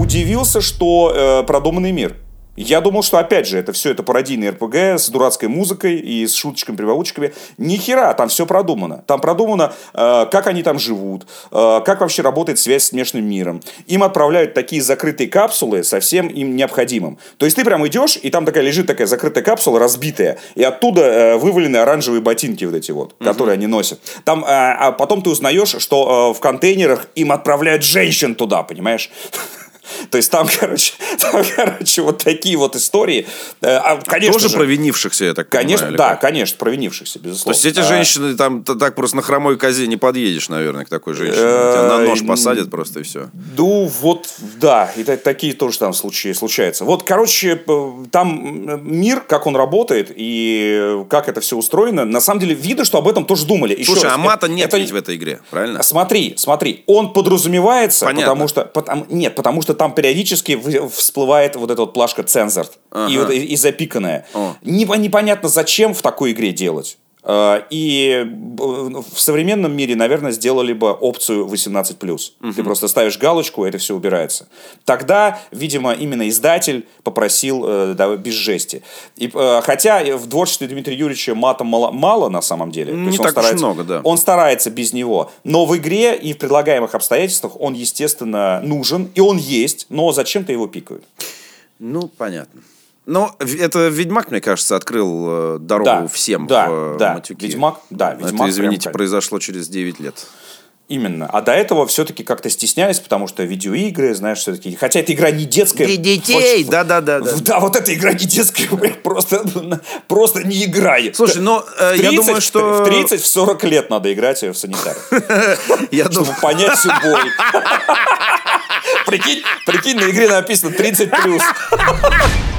удивился, что продуманный мир. Я думал, что, опять же, это все это пародийный РПГ с дурацкой музыкой и с шуточками-прибауточками. Ни хера, там все продумано. Там продумано, как они там живут, как вообще работает связь с внешним миром. Им отправляют такие закрытые капсулы со всем им необходимым. То есть ты прям идешь, и там лежит такая закрытая капсула, разбитая, и оттуда вывалены оранжевые ботинки вот эти вот, которые они носят. Там, а потом ты узнаешь, что в контейнерах им отправляют женщин туда, понимаешь? То есть там, короче, вот такие вот истории. Конечно тоже же, провинившихся, я так конечно, понимаю. да, конечно, провинившихся, безусловно. То есть эти женщины, там так просто на хромой козе не подъедешь, наверное, к такой женщине. Тебя на нож посадят просто и все. Ну, вот, да, и такие тоже там случаются. Вот, короче, там мир, как он работает и как это все устроено, на самом деле видно, что об этом тоже думали. Еще Слушай, раз, а мата нет ведь в этой игре, правильно? Смотри, он подразумевается, Понятно. потому что там периодически всплывает вот эта вот плашка «Цензорд» и запиканная. Непонятно, зачем в такой игре делать. И в современном мире, наверное, сделали бы опцию 18+. Ты просто ставишь галочку, и это все убирается. Тогда, видимо, именно издатель попросил без жести. Хотя в творчестве Дмитрия Юрьевича мата мало на самом деле. То есть не так уж много, да. Он старается без него. Но в игре и в предлагаемых обстоятельствах он, естественно, нужен. И он есть, но зачем-то его пикают. Ну, понятно. Но это Ведьмак, мне кажется, открыл дорогу всем в матюке. Ведьмак, это, извините, произошло через 9 лет. Именно. А до этого все-таки как-то стеснялись, потому что видеоигры, знаешь, все-таки... Хотя эта игра не детская. Для детей, да. Да, вот эта игра не детская, просто не играй. Слушай, я думаю, что... В 30-40 лет надо играть в санитар. Чтобы понять всю боль. Прикинь, на игре написано 30+.